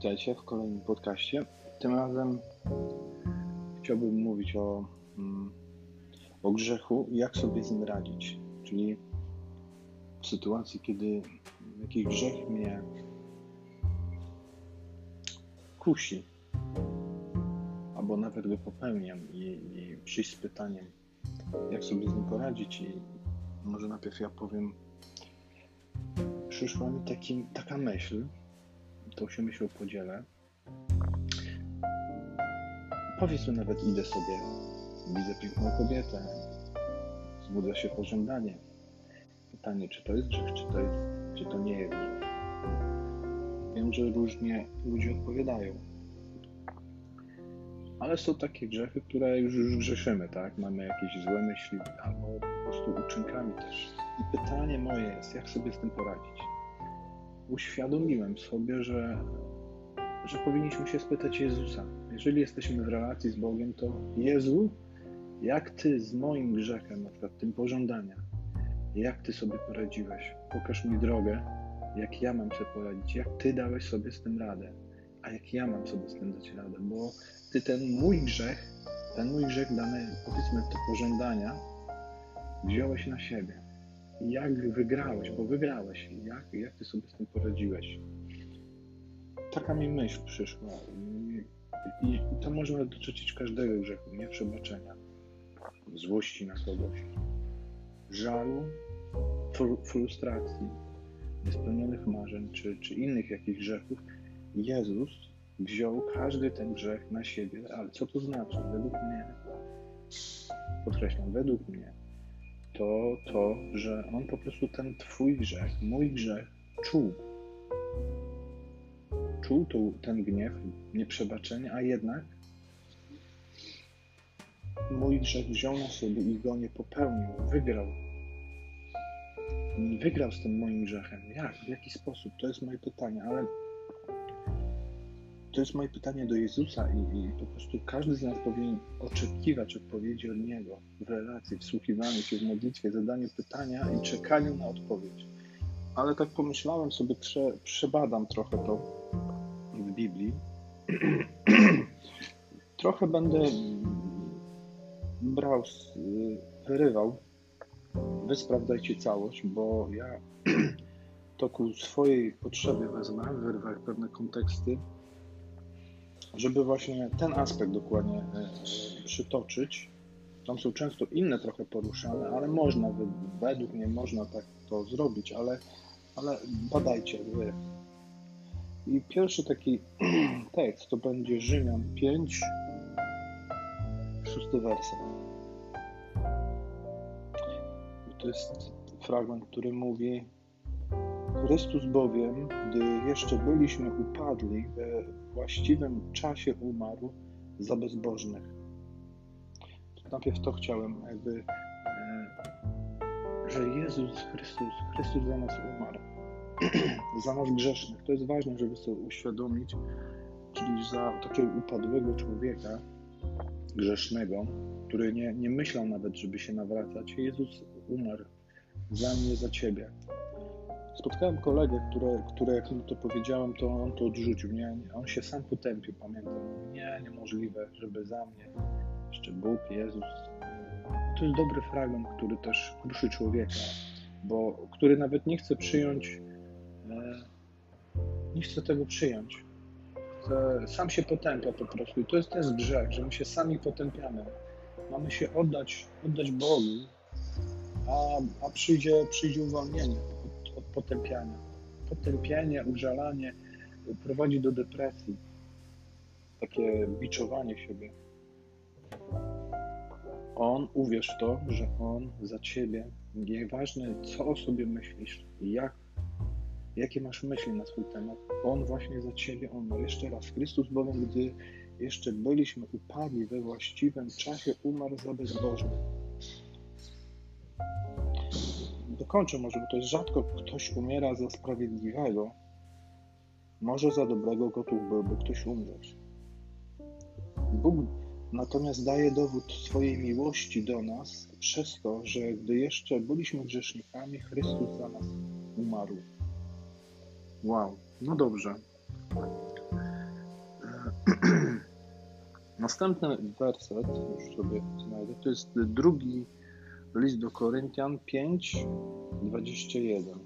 Witajcie w kolejnym podcaście. Tym razem chciałbym mówić o grzechu i jak sobie z nim radzić. Czyli w sytuacji, kiedy jakiś grzech mnie kusi, albo nawet go popełniam i przyjść z pytaniem, jak sobie z nim poradzić. I może najpierw ja powiem, przyszła mi taka myśl, tą się myślą podzielę. Powiedzmy, nawet idę sobie, widzę piękną kobietę, wzbudza się pożądanie. Pytanie, czy to jest grzech, czy to nie jest grzech. Wiem, że różnie ludzie odpowiadają. Ale są takie grzechy, które już grzeszymy, tak? Mamy jakieś złe myśli, albo po prostu uczynkami też. I pytanie moje jest, jak sobie z tym poradzić? Uświadomiłem sobie, że powinniśmy się spytać Jezusa. Jeżeli jesteśmy w relacji z Bogiem, to Jezu, jak Ty z moim grzechem, na przykład tym pożądania, jak Ty sobie poradziłeś? Pokaż mi drogę, jak ja mam sobie poradzić, jak Ty dałeś sobie z tym radę, a jak ja mam sobie z tym dać radę, bo Ty ten mój grzech dany, powiedzmy, te pożądania, wziąłeś na siebie. Jak wygrałeś, bo wygrałeś, jak Ty sobie z tym poradziłeś? Taka mi myśl przyszła i to można dotyczyć każdego grzechu, nie przebaczenia, złości na kogoś, żalu, frustracji, niespełnionych marzeń czy innych jakichś grzechów. Jezus wziął każdy ten grzech na siebie, ale co to znaczy? Według mnie, podkreślam, według mnie, to, że On po prostu ten Twój grzech, mój grzech czuł ten gniew, nieprzebaczenie, a jednak mój grzech wziął na siebie i go nie popełnił, wygrał z tym moim grzechem. Jak? W jaki sposób? To jest moje pytanie, ale to jest moje pytanie do Jezusa i po prostu każdy z nas powinien oczekiwać odpowiedzi od Niego w relacji, wsłuchiwaniu się w modlitwie, zadaniu pytania i czekaniu na odpowiedź. Ale tak pomyślałem sobie, przebadam trochę to w Biblii. Trochę będę wyrywał. Wy sprawdzajcie całość, bo ja to ku swojej potrzebie wezmę, wyrwę pewne konteksty, żeby właśnie ten aspekt dokładnie przytoczyć. Tam są często inne trochę poruszane, ale według mnie można tak to zrobić, ale badajcie wy. I pierwszy taki tekst to będzie Rzymian 5, 6 werset. To jest fragment, który mówi: Chrystus bowiem, gdy jeszcze byliśmy upadli, we właściwym czasie umarł za bezbożnych. Najpierw to chciałem, że Chrystus za nas umarł. Za nas grzesznych. To jest ważne, żeby sobie uświadomić, czyli za takiego upadłego człowieka, grzesznego, który nie myślał nawet, żeby się nawracać. Jezus umarł za mnie, za Ciebie. Spotkałem kolegę, który jak mu to powiedziałem, to on to odrzucił. On się sam potępił, pamiętam. Niemożliwe, żeby za mnie. Jeszcze Bóg, Jezus. To jest dobry fragment, który też kruszy człowieka, bo który nawet nie chce tego przyjąć. Sam się potępia po prostu. I to jest też grzech, że my się sami potępiamy. Mamy się oddać Bogu, a przyjdzie uwolnienie od potępiania. Potępienie, użalanie prowadzi do depresji. Takie biczowanie siebie. Uwierz w to, że On za Ciebie, nieważne co o sobie myślisz, jakie masz myśli na swój temat, On właśnie za Ciebie, jeszcze raz, Chrystus bowiem, gdy jeszcze byliśmy upadli we właściwym czasie, umarł za bezbożnych. Dokończę może, bo to jest rzadko ktoś umiera za sprawiedliwego, może za dobrego gotów byłby ktoś umrzeć. Bóg natomiast daje dowód swojej miłości do nas przez to, że gdy jeszcze byliśmy grzesznikami, Chrystus za nas umarł. Wow, no dobrze. Następny werset, już sobie znajdę, to jest drugi list do Koryntian 5:21.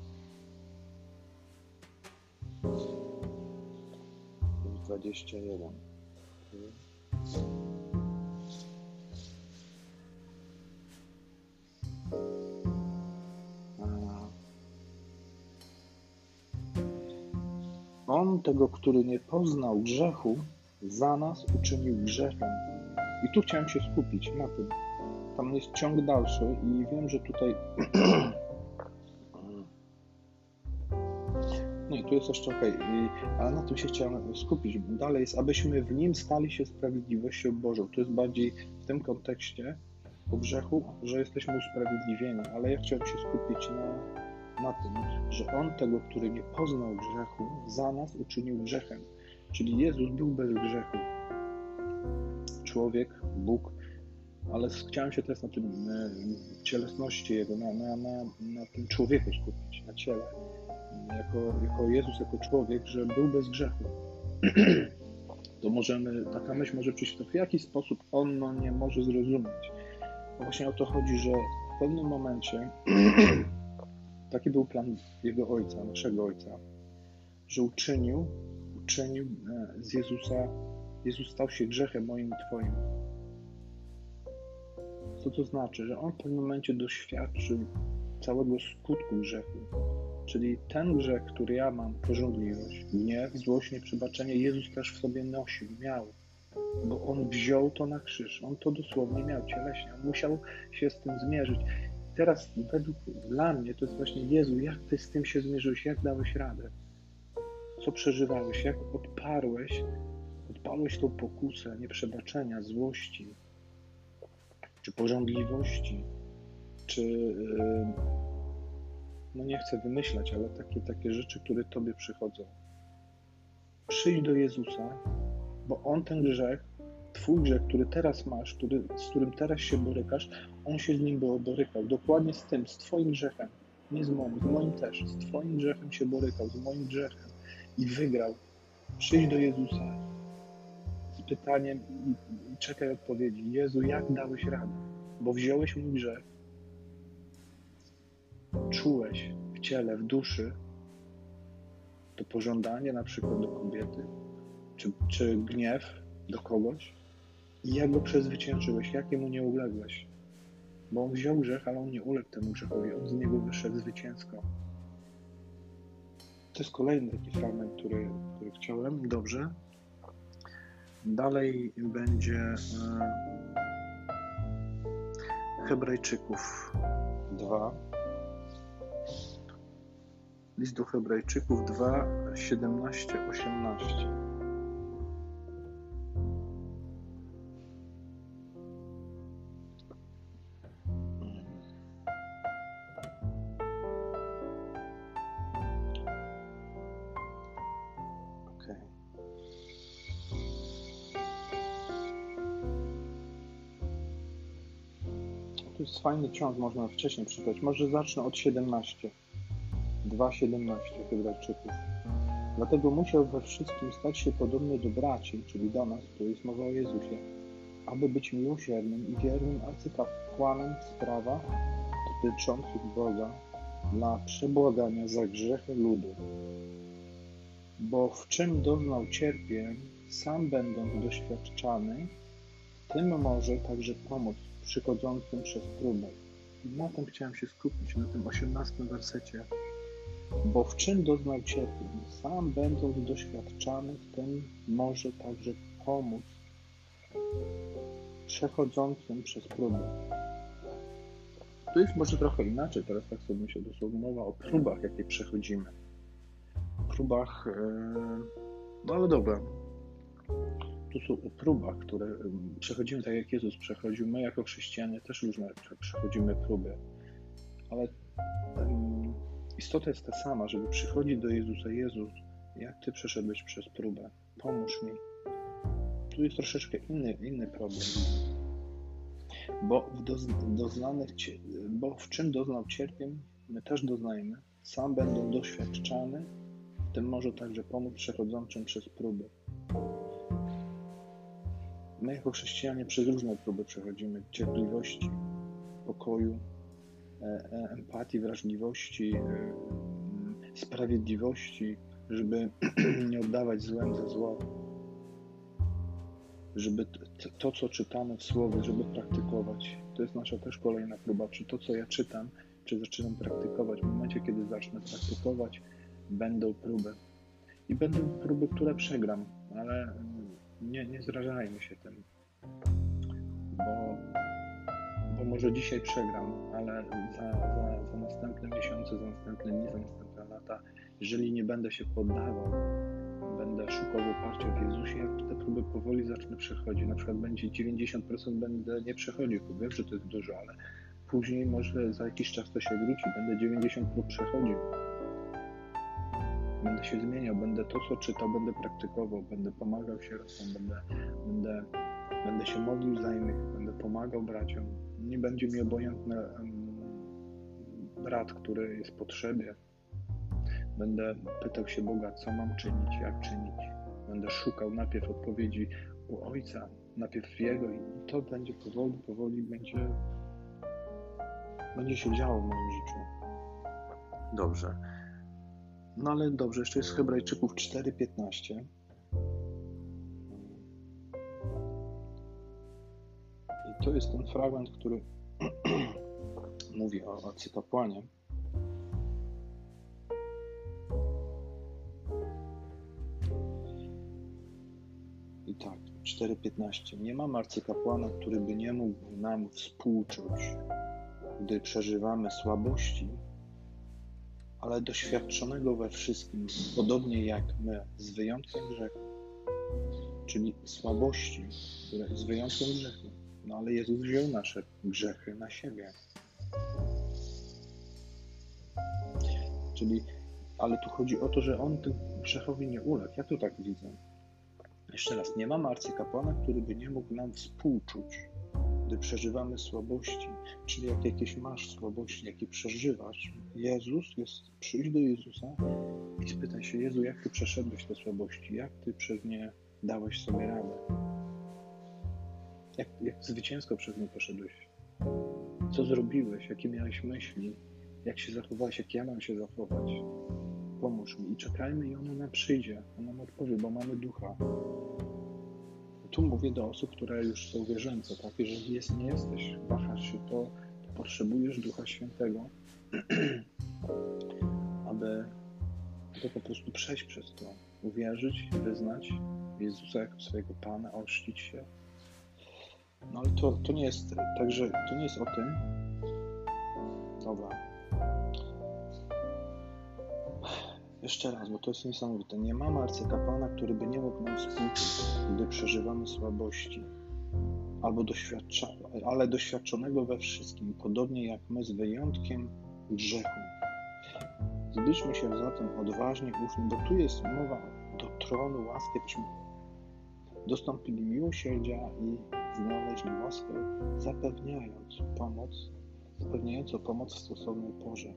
On tego, który nie poznał grzechu, za nas uczynił grzechem. I tu chciałem się skupić na tym. Tam jest ciąg dalszy i wiem, że tutaj... Nie, tu jest jeszcze okej, ale na tym się chciałem skupić. Dalej jest, abyśmy w Nim stali się sprawiedliwością Bożą. To jest bardziej w tym kontekście po grzechu, że jesteśmy usprawiedliwieni, ale ja chciałem się skupić na tym, że On tego, który nie poznał grzechu, za nas uczynił grzechem. Czyli Jezus był bez grzechu. Człowiek, Bóg, ale chciałem się teraz na tym cielesności Jego, na tym człowieku skupić, na ciele. Jako Jezus, jako człowiek, że był bez grzechu. To taka myśl może przyjść, w jaki sposób On nie może zrozumieć. No właśnie o to chodzi, że w pewnym momencie taki był plan Jego Ojca, naszego Ojca, że uczynił z Jezusa, Jezus stał się grzechem moim i Twoim. Co to znaczy? Że On w pewnym momencie doświadczył całego skutku grzechu. Czyli ten grzech, który ja mam, pożądliwość, gniew, złość, nieprzebaczenie, Jezus też w sobie nosił, miał. Bo On wziął to na krzyż. On to dosłownie miał cieleśnie. On musiał się z tym zmierzyć. Teraz dla mnie to jest właśnie Jezu, jak Ty z tym się zmierzyłeś? Jak dałeś radę? Co przeżywałeś? Jak odparłeś tą pokusę nieprzebaczenia, złości, czy pożądliwości, czy nie chcę wymyślać, ale takie rzeczy, które Tobie przychodzą. Przyjdź do Jezusa, bo On ten grzech, Twój grzech, który teraz masz, z którym teraz się borykasz, On się z nim borykał. Dokładnie z tym, z Twoim grzechem. Nie z moim też. Z Twoim grzechem się borykał, z moim grzechem. I wygrał. Przyjdź do Jezusa z pytaniem i czekaj odpowiedzi. Jezu, jak dałeś radę? Bo wziąłeś mój grzech. Czułeś w ciele, w duszy to pożądanie na przykład do kobiety, czy gniew do kogoś i jak go przezwyciężyłeś, jakiemu nie uległeś. Bo on wziął grzech, ale on nie uległ temu grzechowi, on z niego wyszedł zwycięsko. To jest kolejny taki fragment, który chciałem. Dobrze. Dalej będzie Hebrajczyków 2. List do Hebrajczyków 2, 17, 18. Okay. To jest fajny ciąg, można wcześniej przeczytać. Może zacznę od 17. 2,17 Hebrajczyków. Dlatego musiał we wszystkim stać się podobny do braci, czyli do nas, tu jest mowa o Jezusie, aby być miłosiernym i wiernym arcykapłanem w sprawach dotyczących Boga dla przebłagania za grzechy ludu. Bo w czym doznał cierpień, sam będąc doświadczany, tym może także pomóc przychodzącym przez próbę. I na tym chciałem się skupić, na tym 18 wersecie. Bo w czym doznał cierpień, sam będąc doświadczany, w tym może także pomóc przechodzącym przez próbę. Tu jest może trochę inaczej, teraz tak sobie myślę, dosłownie mowa o próbach, jakie przechodzimy. Próbach, no ale dobra, tu są o próbach, które przechodzimy tak jak Jezus przechodził. My jako chrześcijanie też różne przechodzimy próby, ale istota jest ta sama, żeby przychodzić do Jezusa. Jezus, jak Ty przeszedłeś przez próbę? Pomóż mi. Tu jest troszeczkę inny problem. Bo w czym doznał cierpień, my też doznajemy. Sam będą doświadczany, w tym może także pomóc przechodzącym przez próby. My jako chrześcijanie przez różne próby przechodzimy cierpliwości, pokoju, empatii, wrażliwości, sprawiedliwości, żeby nie oddawać złem za zło, żeby to, co czytamy w Słowie, żeby praktykować. To jest nasza też kolejna próba. Czy to, co ja czytam, czy zaczynam praktykować? W momencie, kiedy zacznę praktykować, będą próby. I będą próby, które przegram, ale nie zrażajmy się tym, bo może dzisiaj przegram, ale za następne miesiące, za następne dni, za następne lata, jeżeli nie będę się poddawał, będę szukał oparcia w Jezusie, ja te próby powoli zacznę przechodzić. Na przykład będzie 90% będę nie przechodził, bo wiem, że to jest dużo, ale później może za jakiś czas to się wróci, będę 90 prób przechodził. Będę się zmieniał, będę to, co czytał, będę praktykował, będę pomagał sierotom, będę się modlił za innych, będę pomagał braciom. Nie będzie mi obojętny brat, który jest w potrzebie. Będę pytał się Boga, co mam czynić, jak czynić. Będę szukał najpierw odpowiedzi u Ojca, najpierw Jego i to będzie powoli będzie się działo w moim życiu. Dobrze. No ale dobrze, jeszcze jest Hebrajczyków 4:15. I to jest ten fragment, który mówi o arcykapłanie. I tak, 4:15. Nie mam arcykapłana, który by nie mógł nam współczuć, gdy przeżywamy słabości, ale doświadczonego we wszystkim, podobnie jak my, z wyjątkiem grzechu. Czyli słabości, które z wyjątkiem grzechu. No ale Jezus wziął nasze grzechy na siebie. Czyli, ale tu chodzi o to, że On tym grzechowi nie uległ. Ja to tak widzę. Jeszcze raz, nie mamy arcykapłana, który by nie mógł nam współczuć, gdy przeżywamy słabości. Czyli jak jakieś masz słabości, jakie przeżywasz, przyjdź do Jezusa i spytaj się, Jezu, jak Ty przeszedłeś te słabości? Jak Ty przez nie dałeś sobie radę? Jak zwycięsko przez nie poszedłeś? Co zrobiłeś? Jakie miałeś myśli? Jak się zachowałeś? Jak ja mam się zachować? Pomóż mi. I czekajmy i ona nam przyjdzie. Ona nam odpowie, bo mamy ducha. Tu mówię do osób, które już są wierzące, tak? Jeżeli nie jesteś, wahasz się, to potrzebujesz Ducha Świętego, aby po prostu przejść przez to, uwierzyć, wyznać Jezusa jako swojego Pana, ochrzcić się. No ale to nie jest, także to nie jest o tym. Dobra. Jeszcze raz, bo to jest niesamowite. Nie mamy arcykapłana, który by nie mógł nam współczuć, gdy przeżywamy słabości, ale doświadczonego we wszystkim, podobnie jak my, z wyjątkiem grzechu. Zbliżmy się zatem odważnie, ufnie, bo tu jest mowa do tronu łaski, byśmy dostąpili miłosierdzia i znaleźli łaskę, zapewniającą pomoc w stosownej porze.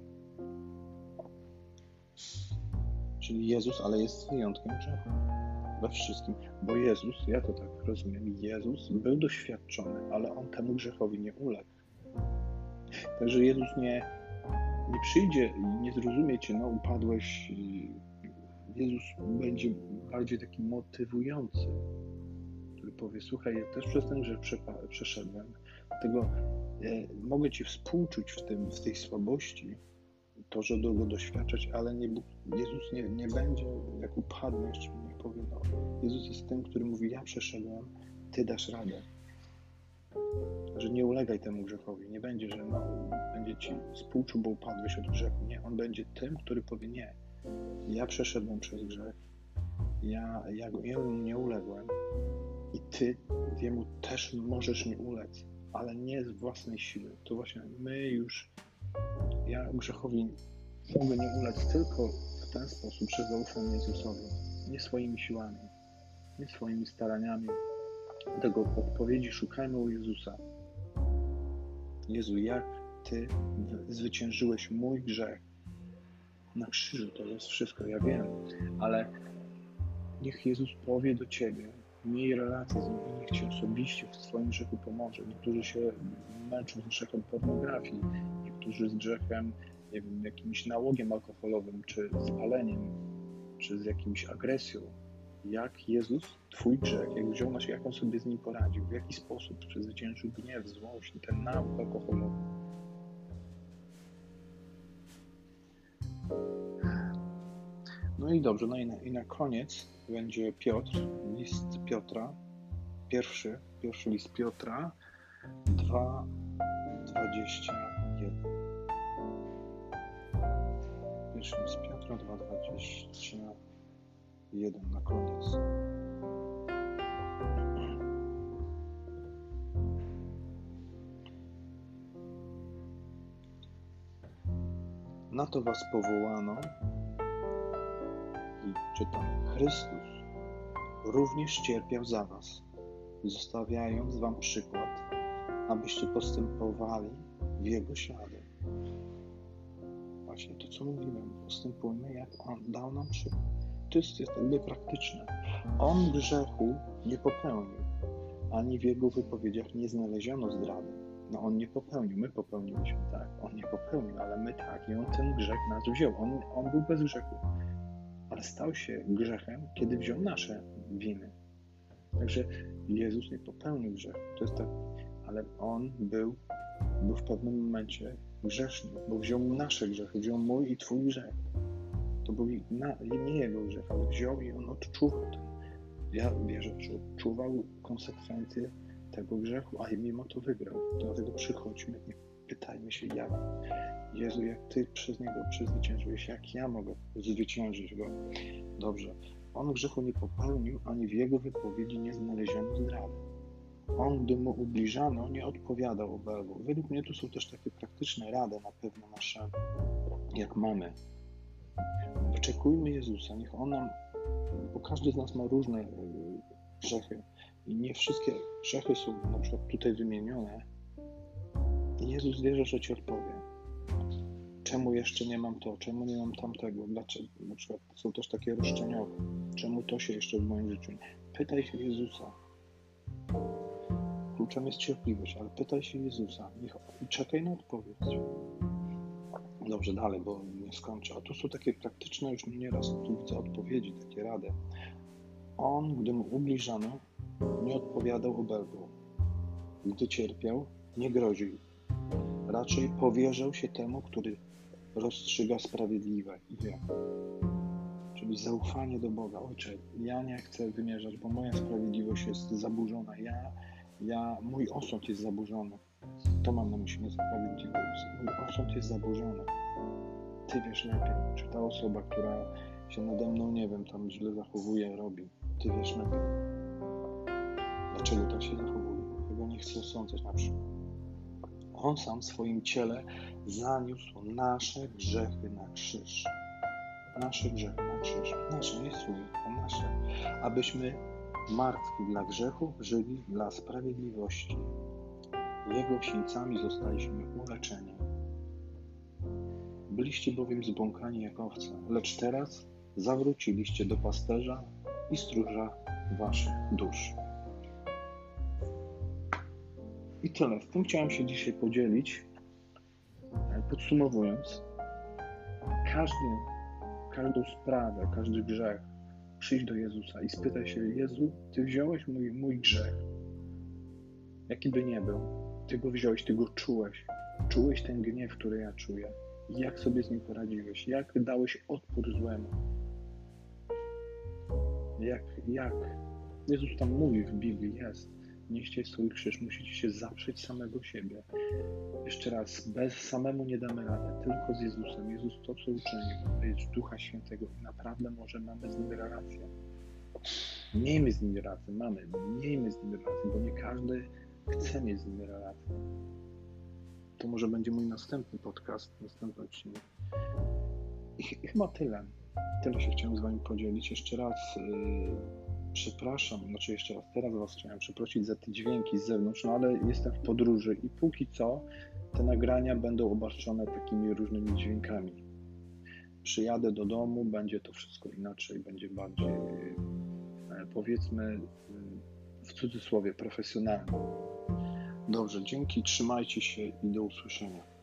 Czyli Jezus, ale jest z wyjątkiem grzechu. We wszystkim. Bo Jezus, ja to tak rozumiem, Jezus był doświadczony, ale On temu grzechowi nie uległ. Także Jezus nie przyjdzie i nie zrozumie Cię, no upadłeś. Jezus będzie bardziej taki motywujący, który powie, słuchaj, ja też przez ten grzech przeszedłem, dlatego mogę Ci współczuć w tej słabości, to, że go doświadczać, ale Jezus nie będzie, jak upadniesz, czy nie powie, no, Jezus jest tym, który mówi, ja przeszedłem, Ty dasz radę. Że nie ulegaj temu grzechowi. Nie będzie, że będzie Ci współczuł, bo upadłeś od grzechu. Nie, On będzie tym, który powie, nie, ja przeszedłem przez grzech, ja nie uległem i Ty Jemu też możesz nie ulec, ale nie z własnej siły. To właśnie ja grzechowi mogę nie ulec tylko w ten sposób, że zaufam Jezusowi, nie swoimi siłami, nie swoimi staraniami. Dlatego odpowiedzi szukajmy u Jezusa. Jezu, jak Ty zwyciężyłeś mój grzech? Na krzyżu to jest wszystko, ja wiem, ale niech Jezus powie do Ciebie, miej relację z Nim i niech Ci osobiście w swoim grzechu pomoże. Niektórzy się męczą z grzechem pornografii, niektórzy z grzechem, nie wiem, jakimś nałogiem alkoholowym, czy z paleniem, czy z jakimś agresją. Jak Jezus, Twój grzech, jak wziął nas, jak On sobie z nim poradził, w jaki sposób przezwyciężył gniew, złość, ten nałóg alkoholowy. No i dobrze, i na koniec będzie Piotr, list Piotra, pierwszy list Piotra, 2:21. Pierwszy list Piotra, 2:21 na koniec. Na to was powołano i czytam: Chrystus również cierpiał za was, zostawiając wam przykład, abyście postępowali w Jego ślady. Właśnie to, co mówiłem, postępujmy, jak On dał nam przykład. To jest jakby praktyczne. On grzechu nie popełnił, ani w Jego wypowiedziach nie znaleziono zdrady. No On nie popełnił, my popełniliśmy, tak. On nie popełnił, ale my tak. I On ten grzech nas wziął. On był bez grzechu. Ale stał się grzechem, kiedy wziął nasze winy. Także Jezus nie popełnił grzechu. To jest tak, ale On był w pewnym momencie grzeszny, bo wziął nasze grzechy, wziął mój i Twój grzech. To był nie Jego grzech, ale wziął i On odczuwał ten. Ja wierzę, że odczuwał konsekwencje tego grzechu, a mimo to wygrał. Dlatego przychodźmy i pytajmy się, Jezu, jak Ty przez Niego przezwyciężyłeś, jak ja mogę zwyciężyć Go. Dobrze. On grzechu nie popełnił, ani w Jego wypowiedzi nie znaleziono zdrady. On, gdy Mu ubliżano, nie odpowiadał obelgu. Według mnie tu są też takie praktyczne rady na pewno nasze, jak mamy. Wyczekujmy Jezusa, niech On nam, bo każdy z nas ma różne grzechy i nie wszystkie grzechy są na przykład tutaj wymienione. I Jezus wierzy, że Ci odpowie. Czemu jeszcze nie mam to? Czemu nie mam tamtego? Dlaczego? Na przykład są też takie roszczeniowe. Czemu to się jeszcze w moim życiu nie? Pytaj się Jezusa. Kluczem jest cierpliwość, ale pytaj się Jezusa. I czekaj na odpowiedź. Dobrze, dalej, bo nie skończę. A tu są takie praktyczne, już nieraz tu widzę odpowiedzi, takie rady. On, gdy mu ubliżano, nie odpowiadał obelgą. Gdy cierpiał, nie groził. Raczej powierzał się temu, który rozstrzyga sprawiedliwe i wie. Czyli zaufanie do Boga. Ojcze, ja nie chcę wymierzać, bo moja sprawiedliwość jest zaburzona. Mój osąd jest zaburzony. To mam na myśli, nie sprawiedliwość. Mój osąd jest zaburzony. Ty wiesz lepiej. Czy ta osoba, która się nade mną, nie wiem, tam źle zachowuje, robi. Ty wiesz lepiej. Dlaczego tak się zachowuje? Tego nie chcę osądzać na przykład. On sam w swoim ciele zaniósł nasze grzechy na krzyż. Nasze grzechy na krzyż. Nasze, nie swój, to nasze. Abyśmy martwi dla grzechu żyli dla sprawiedliwości. Jego sińcami zostaliśmy uleczeni. Byliście bowiem zbłąkani jak owce, lecz teraz zawróciliście do pasterza i stróża waszych dusz. I tyle. W tym chciałem się dzisiaj podzielić. Podsumowując, każdą sprawę, każdy grzech, przyjdź do Jezusa i spytaj się: Jezu, Ty wziąłeś mój grzech, jaki by nie był. Ty go wziąłeś, Ty go czułeś. Czułeś ten gniew, który ja czuję. Jak sobie z nim poradziłeś? Jak dałeś odpór złemu? Jak? Jezus tam mówi w Biblii, nieście swój krzyż, musicie się zaprzeć samego siebie. Jeszcze raz, samemu nie damy rady, tylko z Jezusem. Jezus to, co uczynił, to jest Ducha Świętego i naprawdę mamy z Nim relację. Miejmy z Nim relację, miejmy z Nim relację, bo nie każdy chce mieć z Nim relację. To może będzie mój następny podcast, następny odcinek. I chyba tyle. Tyle się chciałem z Wami podzielić. Jeszcze raz przepraszam, teraz Was chciałem przeprosić za te dźwięki z zewnątrz, no ale jestem w podróży i póki co te nagrania będą obarczone takimi różnymi dźwiękami. Przyjadę do domu, będzie to wszystko inaczej, będzie bardziej powiedzmy w cudzysłowie profesjonalnym. Dobrze, dzięki, trzymajcie się i do usłyszenia.